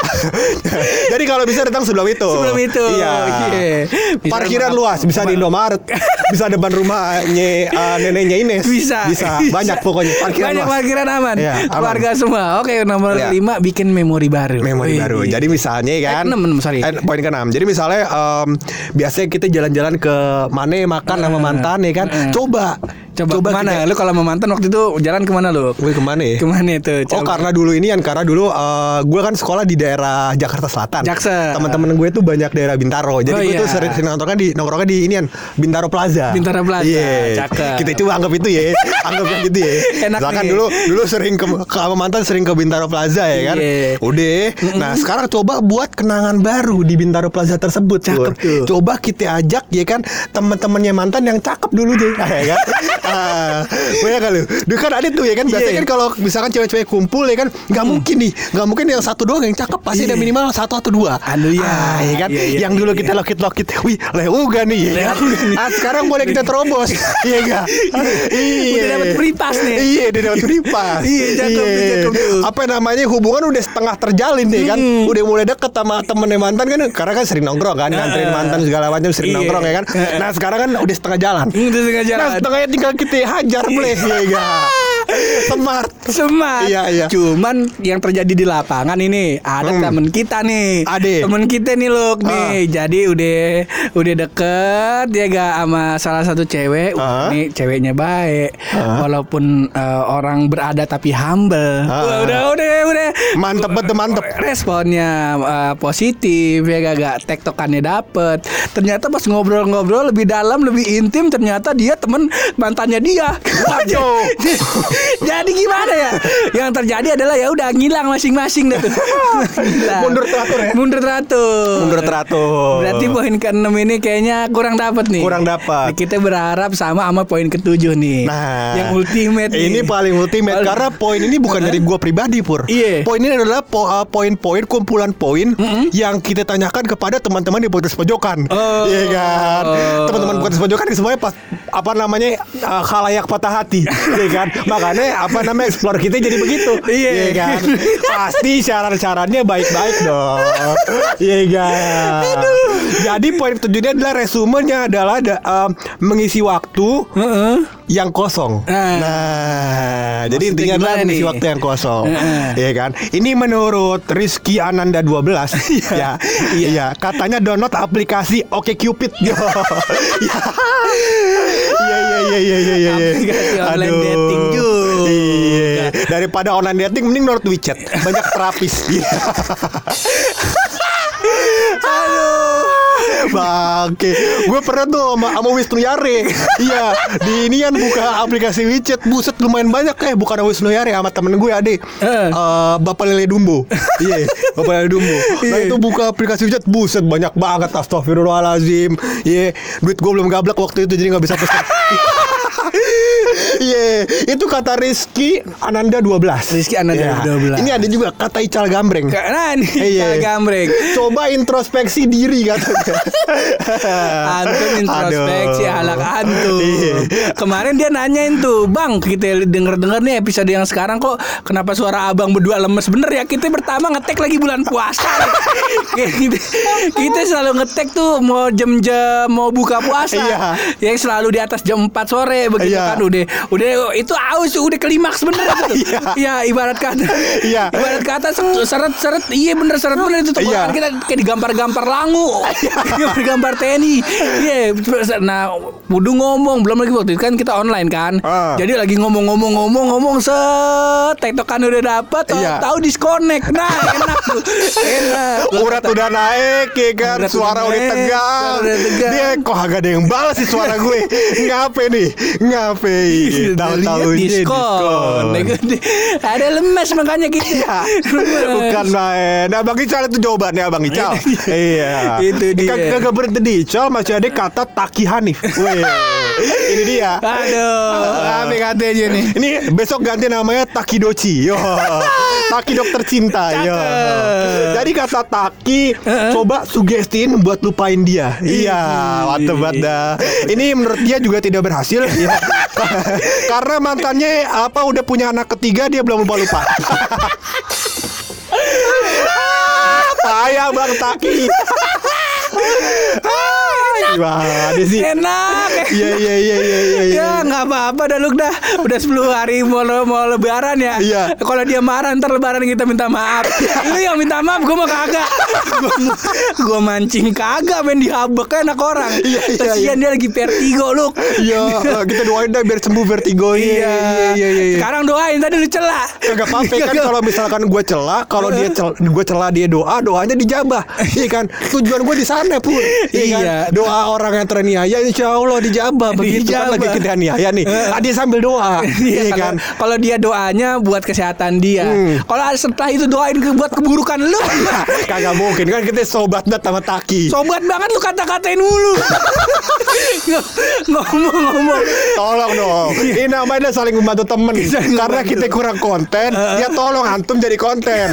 Jadi kalau bisa datang sebelum itu. Sebelum itu. Iya. Bisa Parkiran rumah- luas, bisa di Indomaret. Bisa depan rumahnya uh, neneknya Ines. Bisa. Bisa. Banyak pokoknya parkiran Banyak luas. parkiran aman. Iya, aman. Keluarga semua. Oke, nomor Iya. lima bikin memori baru. Memori Wih. baru. Jadi misalnya kan Eh, enam, enam, sorry. eh, poin ke-enam. Jadi misalnya em, biasanya kita jalan-jalan ke mana makan sama mantan ya kan. Coba Coba, kemana? kita- Lu kalau sama mantan waktu itu jalan kemana lu? Gue kemana ya? Kemana itu? Oh Coba. karena dulu ini kan karena dulu eh, gue kan sekolah di daerah Jakarta Selatan. Jaksel. Teman-teman gue tuh banyak daerah Bintaro. Jadi Oh, gue iya. tuh sering, sering nongkrongnya di nongkrongnya di ini kan Bintaro Plaza. Bintaro Plaza, Iya. cakep. Kita coba anggap itu ya. Anggap yang gitu ya. Enak Misalkan nih. dulu dulu sering ke, ke sama mantan sering ke Bintaro Plaza ya kan. Iya. Udah. Nah sekarang coba buat kenangan baru di Bintaro Plaza tersebut. Cakep Pur. tuh. Coba kita ajak ya kan teman-temannya mantan yang cakep dulu deh. Ya kan. Ah, banyak kali. Dulu kan ada tuh ya kan. Biasanya Iya. kan kalau misalkan cewek-cewek kumpul ya kan nggak mungkin nih, nggak mungkin yang satu doang yang cakep. Pasti ada Iya. minimal satu atau dua. Aduh, iya. Ah, ya kan. Iya, iya, yang dulu iya. kita lokit-lokit. Wih, leuga nih ya kan. Ah, sekarang boleh kita terobos. Iya enggak? Iya. Udah dapet free pass nih. Iya, udah dapat free pass. Iya, cakep tuh, cakep tuh. Apa namanya hubungan udah setengah terjalin nih kan. Udah mulai deket sama temennya mantan kan. Karena kan sering nongkrong kan, nganterin mantan segala macam sering Iya. nongkrong ya kan. Nah, sekarang kan udah setengah jalan. Hmm, udah setengah jalan. Nah, setengahnya tinggal kita hajar boleh ya enggak? Smart. Smart. Iya, iya. Cuman yang terjadi di lapangan ini ada Hmm. temen kita nih. Ade. Temen kita nih loh nih. Jadi udah udah deket ya gak sama salah satu cewek. Ah. Nih ceweknya baik. Ah. Walaupun eh, orang berada tapi humble. Ah. Wah, udah udah udah. Mantep betul mantep. Responnya eh, positif ya gak, gak tektokannya dapet. Ternyata pas ngobrol-ngobrol lebih dalam, lebih intim, ternyata dia temen mantannya dia. Waduh. Jadi gimana ya? Yang terjadi adalah ya udah ngilang masing-masing deh tuh. Gila. Mundur teratur ya? Mundur teratur. Mundur teratur. Berarti poin keenam ini kayaknya kurang dapat nih. Kurang dapat. Nah, kita berharap sama sama poin ketujuh nih. Nah, yang ultimate nih. ini paling ultimate Paling- karena poin ini bukan dari gua pribadi Pur. Iya. Poin ini adalah po- uh, poin-poin kumpulan poin yang kita tanyakan kepada teman-teman di podcast pojokan. Oh. Iya kan? Oh. Teman-teman podcast pojokan semuanya pas apa namanya uh, khalayak patah hati, iya kan? Makanya apa namanya explore kita jadi begitu. Iya. kan? Pasti syarat-syaratnya baik-baik dong. Iya kan? Jadi poin ketujuhnya adalah resumenya adalah da- um, mengisi waktu Heeh. yang kosong. Nah. Nah, jadi Maksudnya intinya adalah gimana mengisi nih? waktu yang kosong. Heeh. Iya kan? Ini menurut Rizky Ananda dua belas. ya. Iya, katanya download aplikasi OkCupid. Yo. Iya iya iya iya iya iya. Aplikasi online dating juga. Iya. Daripada online dating mending download WeChat. Banyak terapis. Iya. Aduh. Bangke. Gue pernah tuh sama, sama Wisnu Yare. Iya. Di ini kan buka aplikasi WeChat. Buset lumayan banyak. Eh bukan sama Wisnu Yare, sama temen gue Ade. Eh. Eh, Bapak Lele Dumbo. Iya. Bapak Lele Dumbo. Nah Iya. itu buka aplikasi WeChat. Buset banyak banget. Astagfirullahaladzim. Iya. Duit gue belum gablek waktu itu. Jadi gak bisa pesan. Iya, itu kata Rizky Ananda dua belas. Rizky Ananda dua belas. Ini ada juga kata Ical Gambreng. Nah ini Iya. Ical Gambreng. Coba introspeksi diri katanya. Antum introspeksi Aduh. alak antum. Iya. Kemarin dia nanyain tuh, Bang, kita denger-denger nih episode yang sekarang kok kenapa suara abang berdua lemes bener ya? Kita pertama ngetek lagi bulan puasa. kita, kita selalu ngetek tuh mau jam-jam mau buka puasa. Iya. Yang selalu di atas jam empat sore begitu Iya. kan udah udah itu aus udah klimaks bener itu. Iya. Ya ibarat kata. Iya. Ibarat kata seret-seret iya bener seret bener itu tuh Iya. kita kayak digampar-gampar langu. Gambar-gambar T N I. Iya, nah, Budu ngomong belum lagi waktu itu kan kita online kan. Ah. Jadi lagi ngomong-ngomong-ngomong ngomong set tektokan udah dapat, Iya. tahu disconnect. Nah, enak tuh. Enak. Urat udah naik ya kan, Urat suara udah udah naik, tegang. suara udah tegang. Dia kok agak ada yang balas sih suara gue. Ngapain nih? Ngapain? Tahu-tahu Lihat diskon. Ada lemes makanya kita. Iya. Bukan main. Nah, Bang Ical itu jawabannya Bang Ical. Iya. Itu dia. Kag- Kagak berhenti di Ical, masih ada kata Taki Hanif. Weh. Ini dia. Aduh, apa katanya nih? Ini besok ganti namanya Taki Doci. Yo. Taki dokter cinta. Yo. Jadi kata Taki, coba sugestiin buat lupain dia. Iya, mantep banget dah. Ini menurut dia juga tidak berhasil. Ya. Karena mantannya apa udah punya anak ketiga, dia belum lupa-lupa. Payah Bang Taki. Gimana sih? Enak. Iya iya iya iya iya. Ya nggak apa-apa dah Luk dah. Udah sepuluh hari mau mau lebaran ya. Iya. Kalau dia marah ntar lebaran kita minta maaf. Lu yang minta maaf gue mah kagak. Gue mancing kagak main dihabek enak orang. Iya, iya, Kasian dia lagi vertigo Luk. Iya, kita doain dah biar sembuh vertigo. Iya. iya iya iya. Sekarang doain tadi lu celah. Kagak apa-apa kan kalau misalkan gue celah, kalau dia cel, gue celah dia doa, doanya dijabah. Iya kan? Tujuan gue di sana pun. Iya kan? Iya. Doa orang yang teraniaya insya Allah dijabah. Begitu kan Dijabah. lagi kita aniaya nih. Ah, dia sambil doa. Iya Iya kan? kalau- Kalau dia doanya buat kesehatan dia. Hmm. Kalau setelah itu doain ke- buat keburukan lu. Kagak mungkin kan kita sobat banget sama Taki. Sobat banget lu kata-katain mulu. Ngomong-ngomong. Tolong dong. Ini namanya saling membantu temen. Saling Karena membantu. kita kurang konten, dia tolong antum jadi konten.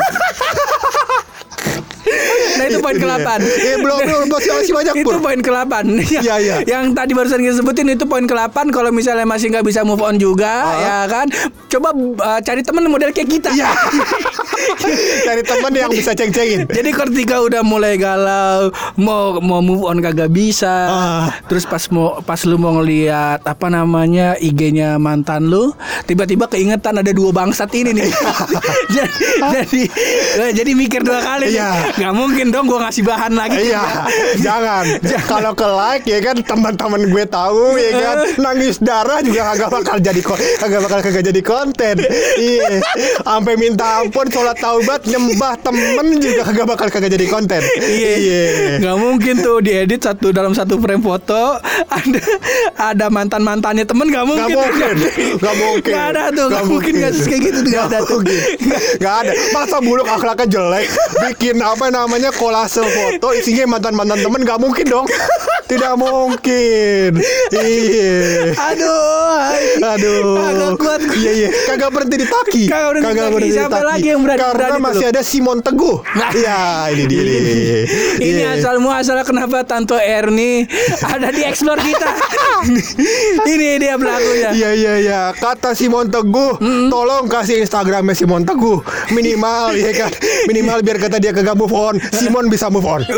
Nah itu poin ke delapan. Eh belum belum masih masih banyak Itu Pur. poin ke delapan. Iya, iya. Yang tadi barusan kita sebutin itu poin ke delapan. Kalau misalnya masih nggak bisa move on juga, ya kan? Coba uh, cari temen model kayak kita. Iya. Cari teman yang bisa ceng-cengin. Jadi ketika udah mulai galau, mau mau move on kagak bisa. Ah. Terus pas mau pas lu mau ngelihat apa namanya I G-nya mantan lu, tiba-tiba keingetan ada dua bangsat ini nih. jadi jadi jadi mikir dua kali. Iya. Gak mungkin dong gua ngasih bahan lagi. Iya, jangan. Kalau ke like ya kan teman-teman gue tahu ya kan nangis darah juga kagak bakal jadi kon- kagak bakal kagak jadi konten. Iya. Sampai minta ampun sholat taubat nyembah temen juga kagak bakal kagak jadi konten. Iya. Gak mungkin tuh diedit satu dalam satu frame foto ada ada mantan mantannya temen gak mungkin. Gak mungkin, gak mungkin. Gak ada tuh, gak mungkin kasus kayak gitu tuh, gak ada tuh. Gak ada. Masa buluk akhlaknya jelek bikin apa namanya kolase foto isinya mantan-mantan temen gak mungkin dong. Tidak mungkin. Iya. Aduh, Aduh. Kagak kuat. Iya iya. Kagak berhenti di Taki. Kagak berhenti di Taki. Siapa lagi yang berani- Karena berani masih tuh? ada Simon Teguh. Iya, ini dia. nih. Ini Iya. asal muasal kenapa Tanto Erni ada di explore kita. Ini dia pelakunya. Iya iya iya. Kata Simon Teguh, tolong kasih Instagramnya Simon Teguh minimal ya kan. Minimal biar kata dia kagak move on, Simon bisa move on.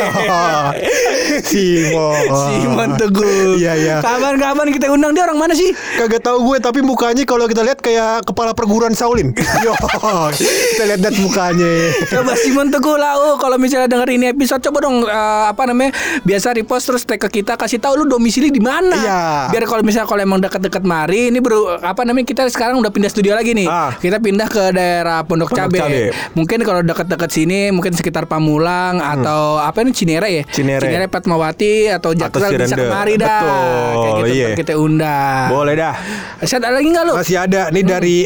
Simon. Simon Teguh. Iya iya. Kapan-kapan kita undang dia orang mana sih? Kagak tahu gue tapi mukanya kalau kita lihat kayak kepala perguruan Shaolin. Yo, kita lihat lihat mukanya. Coba Simon Teguh lah, oh, kalau misalnya denger ini episode coba dong eh, apa namanya biasa repost terus tag ke kita kasih tahu lu domisili di mana. Iya. Biar kalau misalnya kalau emang dekat-dekat mari ini baru apa namanya kita sekarang udah pindah studio lagi nih. Ah. Kita pindah ke daerah Pondok, Pondok Cabe. Cabe. Mungkin kalau dekat-dekat sini mungkin sekitar Pamulang hmm. atau apa ini Cinere ya? Cinere. Fatmawati atau Jaksel bisa Cirende. kemari dah. Betul, Kayak gitu iya. kita undang. Boleh dah. Set ada lagi enggak lu? Masih ada nih dari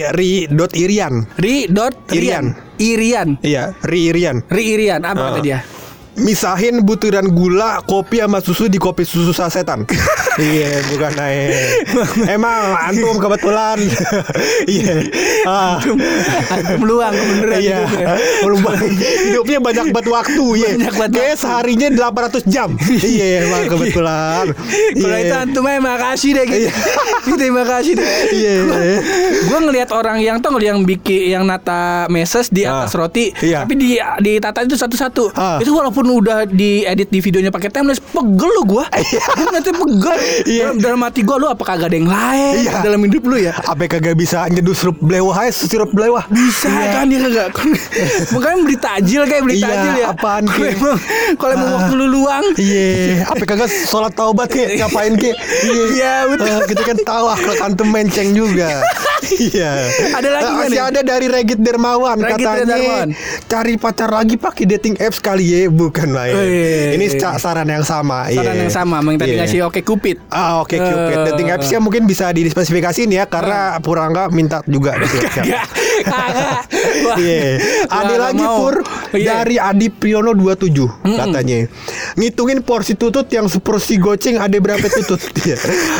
ri.irian. Ri dot Irian. Irian. Iya, Ri Irian. Ri Irian apa Ah. kata dia? misahin butiran gula kopi sama susu di kopi susu sasetan. Iya, bukan naik. Emang antum kebetulan. Iya. Ah. Antum luang beneran. Iya. Hidupnya banyak banget waktu, ya. Kayak seharinya delapan ratus jam. Iya, emang kebetulan. Kalau itu antum mah makasih deh gitu. Terima kasih deh. Iya. Gue ngelihat orang yang tuh yang bikin yang nata meses di atas Ah. roti, Iya. tapi di di tata itu satu-satu. Ah. Itu walaupun udah diedit di videonya pakai timelapse, pegel lu gue. Gue nanti pegel. Iya. Dalam, dalam hati gue, lu apa kagak ada yang lain Iya. dalam hidup lu ya? Apa kagak bisa nyeduh sirup belewah aja, sirup belewah? Bisa kan dia kagak. Makanya beli takjil kayak beli Iya, takjil ya. apaan, Kalau Ki? emang kalau emang waktu lu luang. Iya, apa kagak sholat taubat ke ngapain ke? Iya, betul. Ah, kita kan tahu akhlak antum menceng juga. Iya. Ada lagi Nah, nggak masih nih? ada dari Regit Dermawan Regit katanya Dermawan. cari pacar lagi pakai dating apps kali ya, bukan lah ya. Oh, iya, Ini iya. saran yang sama. Saran iya. yang sama, yang tadi Iya. ngasih oke Cupid. Ah oke Cupid. Eh. Dating apps-nya mungkin bisa dispesifikasiin ya karena Purangga minta juga dating apps-nya. Kagak. Kagak. Wah. Iya. Ada Wah, lagi mau. Pur Iya. dari Adi Priyono dua puluh tujuh katanya. Ngitungin porsi tutut yang seporsi goceng ada berapa tutut? Iya.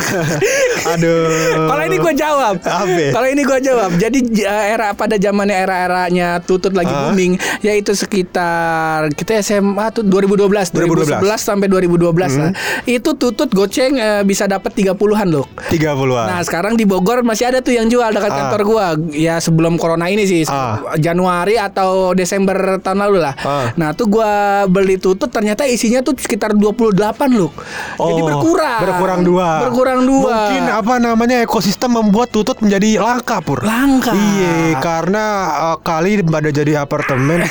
Aduh. Kalau ini gue jawab. Apa? Kalau ini gue jawab. Jadi uh, era pada zamannya era-eranya tutut lagi Ah. booming, yaitu sekitar kita S M A tuh dua ribu dua belas, dua ribu dua belas. dua ribu sebelas sampai dua ribu dua belas lah. Itu tutut goceng uh, bisa dapat tiga puluhan loh. tiga puluhan. Nah sekarang di Bogor masih ada tuh yang jual dekat Ah. kantor gua. Ya sebelum corona ini sih, Ah. Januari atau Desember tahun lalu lah. Ah. Nah tuh gua beli tutut, ternyata isinya tuh sekitar dua puluh delapan loh. Jadi Oh, berkurang. Berkurang dua. Berkurang dua. Mungkin apa namanya ekosistem membuat tutut menjadi langka Pur. Langka. Iya, karena uh, kali pada jadi apartemen.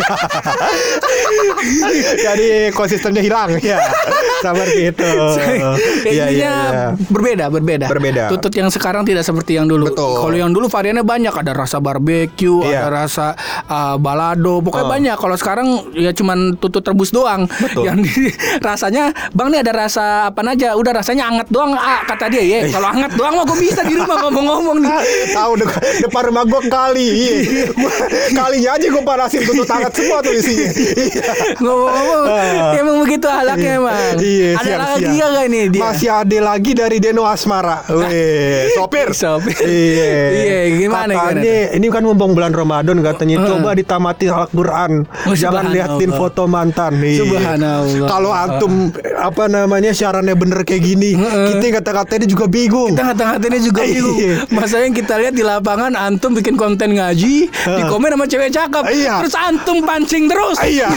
Jadi ekosistemnya hilang ya. Seperti itu. Iya, Intinya iya, iya. berbeda, berbeda. Berbeda. Tutut yang sekarang tidak seperti yang dulu. Betul. Kalau yang dulu variannya banyak, ada rasa barbecue, Iya. ada rasa uh, balado, pokoknya Oh. banyak. Kalau sekarang ya cuman tutut rebus doang. Betul. Yang di- rasanya, Bang nih ada rasa apa aja? Udah rasanya anget doang, ah, kata dia ya. Kalau anget doang mah gue bisa di rumah ngomong-ngomong nih. Tahu de- depan rumah gue kali. Iya. Gua- Kalinya aja gue panasin tutut hangat semua tuh isinya. Iya. Ngomong-ngomong, Ah. emang begitu halaknya emang. Iya, ada siap, lagi siap. gak nih dia? Masih ada lagi dari Deno Asmara. Weh, sopir. Sopir. Iya. Iya, gimana, Katanya, gimana ini kan mumpung bulan Ramadan katanya Uh. coba ditamati Al-Qur'an. Oh, Jangan subhanallah. liatin foto mantan. Iya. Subhanallah. Kalau antum apa namanya syaratnya bener kayak gini, kita kata-katanya juga bingung. Kita ngata-ngatain juga bingung. Iya. Masalahnya yang kita lihat di lapangan, antum bikin konten ngaji, di komen sama cewek cakep. Iya. Terus antum pancing terus. Iya.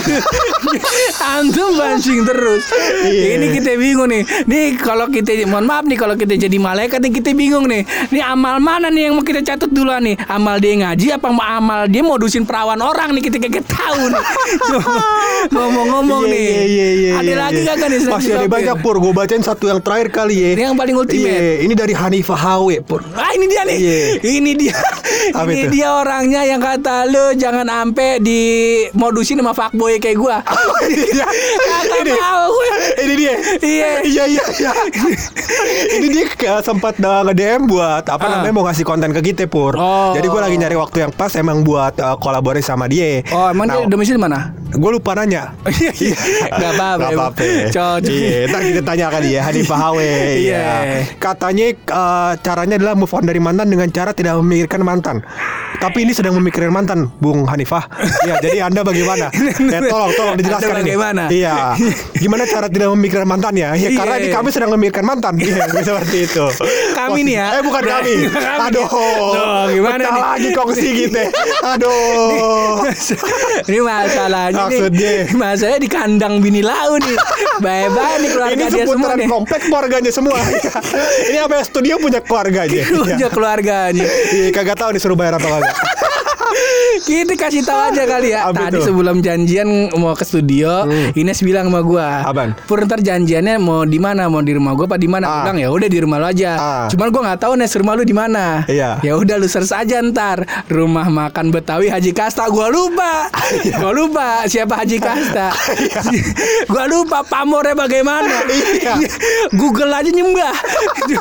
Antum pancing terus. Iya. Ini kita bingung nih. Nih kalau kita, mohon maaf nih kalau kita jadi malaikat nih, kita bingung nih. Nih amal mana nih yang mau kita catat duluan nih? Amal dia ngaji apa amal dia modusin perawan orang nih, kita kagak tahu nih. Ngomong-ngomong Iya, nih. iya, iya, iya, Ada iya, lagi iya. kagak nih? Masih ada banyak Pur. Gue bacain satu yang terakhir kali ya. Ini yang paling ultimate. Iya, ini dari Hanifah H W Pur. Ah ini dia nih. Iya. Ini dia. Apa Ini itu? dia orangnya yang kata lu jangan ampe di modusin sama fuckboy kayak gua. Iya. Kagak Ini. mau gue. Ini dia. Iya. Iya iya iya. Ini dia ke- sempat uh, nge-D M buat apa Ah. namanya mau ngasih konten ke kita Pur. Oh. Jadi gue lagi nyari waktu yang pas emang buat uh, kolaborasi sama dia. Oh, emang Nah, dia domisili mana? gue lupa nanya. Iya. Gak apa-apa. Gak apa-apa. Cocok. Iya, ntar kita tanya kali ya Hanifah H W. Iya. Katanya uh, caranya adalah move on dari mantan dengan cara tidak memikirkan mantan. Tapi ini sedang memikirkan mantan, Bung Hanifah. Iya, jadi Anda bagaimana? Ya, tolong tolong dijelaskan Anda ini. bagaimana? Iya. Gimana cara tidak memikirkan mantan ya? Ya, Iya, karena ini iya. kami sedang memikirkan mantan. Iya, seperti itu. Kami nih ya. Eh, bukan kami. Kami. Aduh. Duh, gimana Pecah nih? lagi kongsi gitu. Aduh. Ini masalahnya Maksudnya? nih. Masalahnya di kandang bini lau nih. Bye-bye nih keluarga Ini dia semua seputaran nih. komplek keluarganya semua. Ini apa ya, studio punya keluarganya. Punya keluarganya. Iya, kagak tahu disuruh bayar atau kagak. Kita kasih tahu aja kali ya. Apa Tadi itu? sebelum janjian mau ke studio, Ines bilang sama gua, Apaan? Pur ntar janjiannya mau di mana? Mau di rumah gua apa di mana? Gua Ah. bilang ya udah di rumah lo aja. Ah. Cuman gua nggak tahu Nes rumah lu di mana. Iya. Ya udah lu search aja ntar rumah makan Betawi Haji Kasta. Gua lupa. Gua lupa siapa Haji Kasta. Gua lupa pamornya bagaimana. Iya. Google aja nyembah.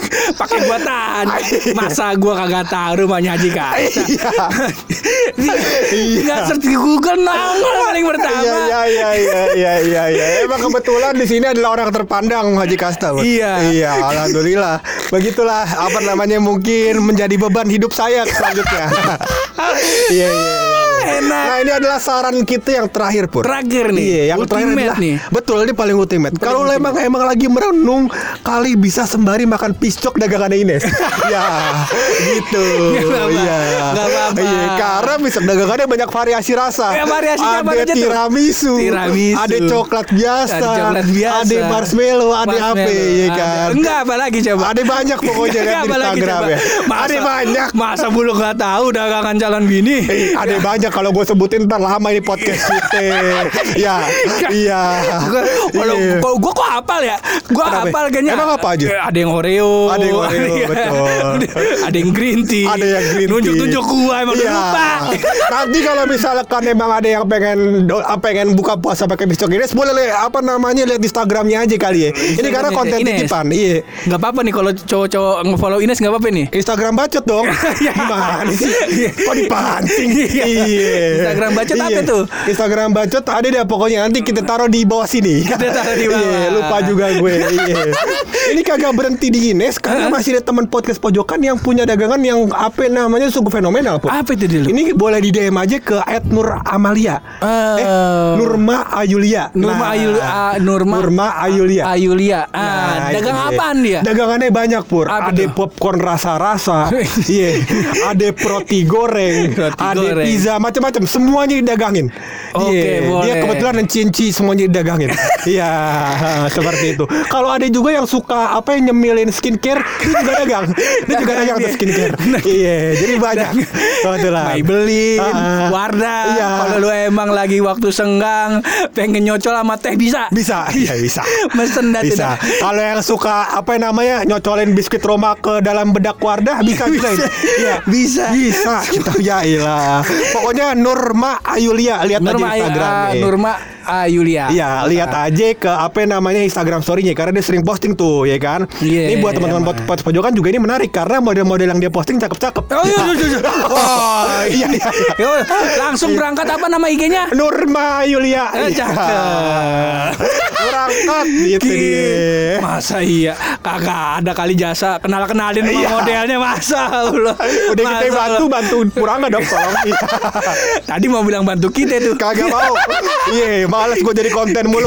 Pakai gua tanya. Masa gua kagak tahu rumahnya Haji Kasta. Iya. Nggak search di Google nongol paling pertama. Iya iya iya iya iya iya iya. Emang kebetulan di sini adalah orang terpandang Haji Kasta. Bud. Iya. Iya, alhamdulillah. Begitulah apa namanya mungkin menjadi beban hidup saya selanjutnya. Iya iya. Enak. Nah ini adalah saran kita yang terakhir Pur. Terakhir nih. Iya yang Ultimate terakhir adalah nih. betul ini paling ultimate. Kalau emang emang lagi merenung kali bisa sembari makan piscok dagangan Ines. Ya gitu. Gak apa-apa. Iya. Gak apa-apa. Iya karena piscok dagangannya banyak variasi rasa. Ya, variasinya apa ada aja tuh? tiramisu, Tiramisu. ada coklat biasa, Ada coklat biasa. ada marshmallow, ada apa Marshmallow. ya kan? Ada- Enggak apa lagi coba. Ada banyak pokoknya lihat di Enggak, apa lagi Instagram coba? ya. Masa- Ada banyak. Masa bulu gak tahu dagangan calon bini. Eh, ada banyak kalau gue sebutin ntar lama ini podcast kita. Ya, iya. Gua- Kalau Iya. kalau gue kok hafal ya, gue Kenapa? hafal kayaknya. Emang apa aja? Eh, Ada yang Oreo, Ada yang Oreo, Ada- betul. Ada yang green tea, Ada yang green tea. Nunjuk-nunjuk gua emang udah Iya. lupa. Nanti kalau misalkan emang ada yang pengen do, pengen buka puasa pakai pistok Ines, boleh le, apa namanya lihat di Instagramnya aja kali ya. Ini karena konten Ines. titipan. Iya. Nggak apa-apa nih kalau cowok-cowok nge-follow Ines nggak apa-apa nih. Instagram bacot dong. Gimana sih? Kok dipancing? Iya. Instagram bacot apa Iya. tuh? Instagram bacot ada deh pokoknya nanti kita taruh di bawah sini. Kita taruh di bawah. Iya, lupa juga gue. Iya. Ini kagak berhenti di Ines karena masih ada teman podcast pojokan yang punya dagangan yang apa namanya sungguh fenomenal, Pur. Apa itu dulu? Ini boleh di D M aja ke et nur amalia. Eh, Eh, Nurma Ayulia. Nurma Nah, Ayul ah, Nurma Nurma Ayulia. Ayulia. Nah, Ah, dagang itu dia. apaan dia? Dagangannya banyak Pur. Apa Ada tuh? popcorn rasa-rasa. Iya. Ada roti goreng, Roti ada goreng. pizza macam-macam. Semuanya didagangin. Oke, Iya. boleh. Dia kebetulan dan cinci semuanya didagangin. Iya, seperti itu. Kalau ada juga yang suka apa yang nyemilin skincare, dia juga dagang. Dia juga dagang tuh skincare. Iya, jadi banyak. Kebetulan. Maybelline, Ah, Wardah. iya. Kalau lu emang lagi waktu senggang pengen nyocol sama teh bisa. Bisa, iya bisa. Mesen dah tuh Bisa. dah. Kalau yang suka apa namanya nyocolin biskuit Roma ke dalam bedak Wardah bisa juga ini. Iya, Bisa. Bisa. Kita ya ilah. Pokoknya Nurma Ayulia lihat aja Nurma Ayu- Instagramnya. ah, Nurma Ayulia. Iya, lihat aja ke apa namanya Instagram story-nya karena dia sering posting tuh, ya kan. Iya, Ini buat teman-teman emang. pod- pod- pojokan juga ini menarik karena model-model yang dia posting cakep-cakep. Oh iya, iya, iya. Oh, iya, iya. Yo, langsung berangkat apa nama I G-nya? Nurma Yulia. Eh, cakep. Berangkat gitu dia. Masa iya kagak ada kali jasa kenal-kenalin sama Iya. modelnya masa Allah. Udah kita Masa bantu Allah. bantu Purangga dong tolong. Iya. Tadi mau bilang bantu kita tuh. Kagak mau. Iya, males gue jadi konten mulu.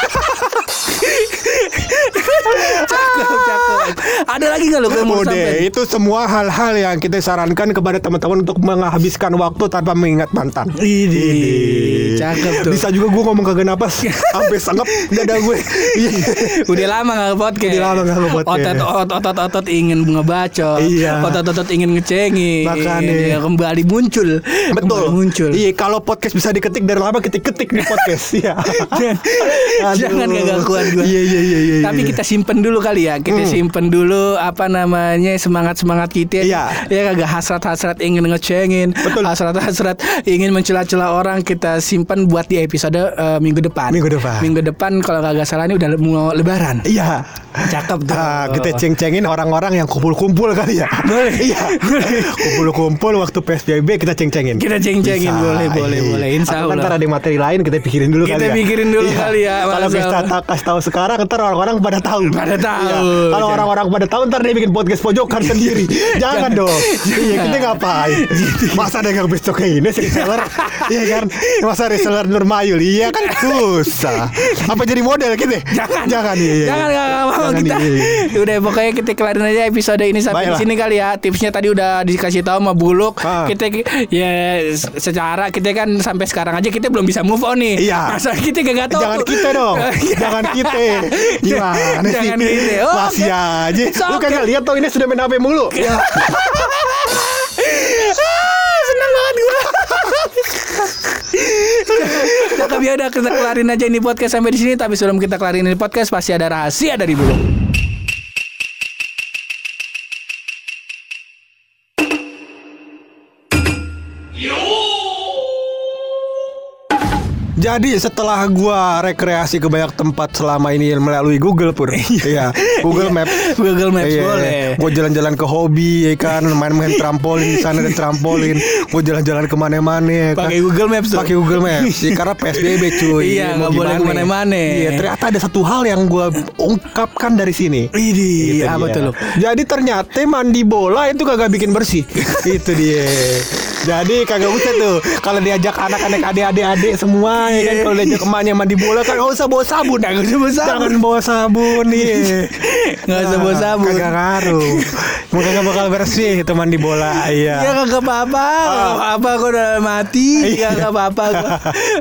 Cakep, cakep. Ada lagi nggak lo kamu Udah, sampai? itu semua hal-hal yang kita sarankan kepada teman-teman untuk menghabiskan waktu tanpa mengingat mantan. Ini cakep tuh. Bisa juga gue ngomong kagak napas sampai sengep dada gue. Iya. Udah lama nggak podcast. Udah lama nggak nge-podcast. Otot otot otot ingin ngebacot. Iya. Otot otot ingin ngecengin. Makanya. Iya, kembali muncul. Betul. Kembali muncul. Iya, kalau podcast bisa diketik dari lama kita ketik di podcast. Iya. Aduh. Jangan kegagalan gue. Iya iya iya iya. Tapi kita simpen dulu kali ya. Kita Hmm. simpen dulu apa namanya semangat-semangat kita. Iya. Ya kagak hasrat-hasrat ingin ngecengin. Betul. Hasrat-hasrat ingin mencela-cela orang kita simpan buat di episode eh, minggu depan. Minggu depan. Minggu depan kalau kagak salah ini udah mau lebaran. Iya. Cakep tuh. Ah, kita ceng-cengin orang-orang yang kumpul-kumpul kali ya. Boleh. Iya. Kumpul-kumpul waktu P S B B kita ceng-cengin. Kita ceng-cengin, Bisa. boleh, boleh, Iya. boleh. Insya Atau Allah. ntar ada materi lain kita pikirin dulu Kita kali ya. pikirin dulu Iya. kali ya, Kalau Mas kita Al. tak kasih tahu sekarang ntar orang-orang pada tahu. Pada tahu. Iya. Kalau Jangan. orang-orang pada tahu ntar dia bikin podcast pojokan sendiri. Jangan dong. Iya, kita ngapain? Masa ada yang besok kayak ini reseller? Iya kan? Masa reseller Nurmayul? Iya kan susah. Apa jadi model gitu? Jangan. Jangan iya. iya. Jangan nggak mau Jangan, kita. iya, iya. Udah pokoknya kita kelarin aja episode ini sampai di Baiklah. sini kali ya. Tipsnya tadi udah dikasih tahu sama Buluk. Ah. Kita ya secara kita kan sampai sekarang aja kita belum bisa move on nih. Iya. Masa kita gak tahu. Jangan kita dong. Jangan kita. Gimana sih? Jangan kita. Oh, Masih oke. aja. It's Lu okay. kagak lihat tuh ini sudah main H P mulu. Ya. Senang banget gue. Cakep ya udah kita kelarin aja ini podcast sampai di sini. Tapi sebelum kita kelarin ini podcast pasti ada rahasia dari Buluk. Jadi setelah gua rekreasi ke banyak tempat selama ini melalui Google Pur. Iya, Google Maps. Google Maps Iya, boleh. Gua jalan-jalan ke hobi ya kan, main-main trampolin di sana ada trampolin. Gua jalan-jalan kemana-mana ya kan. Pakai Google Maps tuh. Pakai Google Maps. Ya, karena P S B B cuy. Iya, Mau nggak boleh gimana? kemana-mana. Iya, ternyata ada satu hal yang gua ungkapkan dari sini. Widih, Itu apa dia. tuh lu? Jadi ternyata mandi bola itu kagak bikin bersih. Itu dia. Jadi kagak usah tuh kalau diajak anak-anak adik-adik semua ya kan, kalau diajak emaknya mandi bola kan enggak usah bawa sabun. Nggak usah bawa sabun. Jangan bawa sabun nih. Nggak usah bawa sabun. Kagak ngaruh. Mungkin kagak bakal bersih itu mandi bola. Iya. Ya kagak apa-apa, Ah. apa kok udah mati, ya kagak apa-apa gua.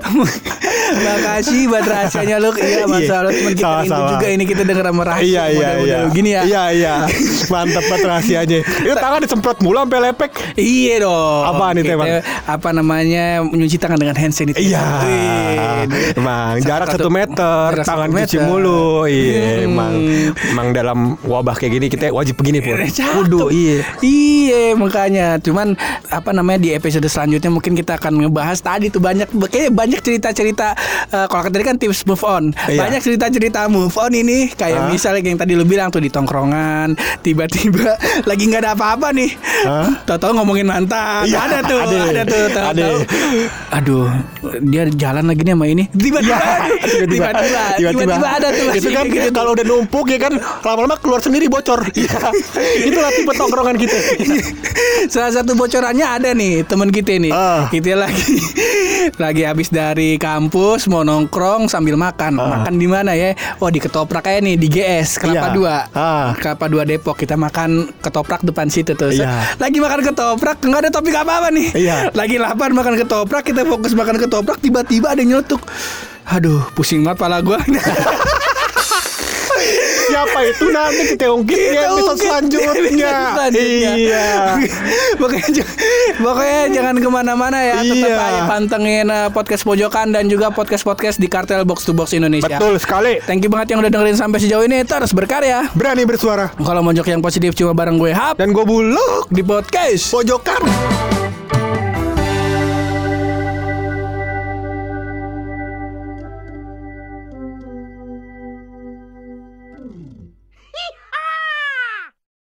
Makasih buat rahasianya lu. Iya, masalah teman kita itu Sama-sama. juga ini kita denger sama rahasia. Iya iya iya. model-model gini ya. Iya iya. Mantap banget rahasianya. Itu tangan disemprot mulu sampai lepek. Iya dong. Apaan itu, Kita, Bang? Apa namanya, mencuci tangan dengan hand sanitizer. Iya, Wih. emang jarak Satu- satu meter, jarak tangan satu cuci meter. mulu. Iya, Hmm. emang, emang dalam wabah kayak gini kita wajib begini pun. Cakep. Kudu, iya. Iya, makanya. Cuman apa namanya, di episode selanjutnya mungkin kita akan ngebahas tadi tuh banyak kayaknya banyak cerita-cerita eh, kalau tadi kan tips move on. Iya. Banyak cerita-cerita move on ini kayak Hah? misalnya yang tadi lu bilang tuh di tongkrongan, tiba-tiba lagi nggak ada apa-apa nih. Hah? Tahu-tahu ngomongin mantan. Iya, ada tuh, ada. ada tuh, tahu-tahu. Ada. Aduh, dia jalan lagi nih sama ini. Tiba-tiba tiba-tiba tiba-tiba tiba-tiba ada tuh itu kan kayak gitu. kalau udah numpuk ya kan lama-lama keluar sendiri bocor. Iya. Itulah tipe tongkrongan kita. Salah satu bocorannya ada nih teman kita nih. Ah. Kita lagi lagi habis dari kampus mau nongkrong sambil makan. Ah. Makan di mana ya? Oh, di Ketoprak kayak nih di G S Kelapa Iya. dua. Ah. Kelapa dua Depok. Kita makan ketoprak depan situ tuh. Iya. Lagi makan ketoprak nggak ada topik apa-apa nih. Iya. Lagi lapar makan ketoprak, kita fokus makan ketoprak, tiba-tiba ada yang nyeletuk. Aduh, pusing banget pala gua. Siapa itu nanti kita ungkit di Kita episode ungkit selanjutnya. di episode selanjutnya. Iya. Pokoknya, j- pokoknya jangan kemana-mana ya. Tetap Iya. aja pantengin uh, podcast pojokan dan juga podcast-podcast di Kartel Box to Box Indonesia. Betul sekali. Thank you banget yang udah dengerin sampai sejauh ini. Terus berkarya. Berani bersuara. Kalau mojok yang positif cuma bareng gue Hap Dan gue buluk di podcast pojokan.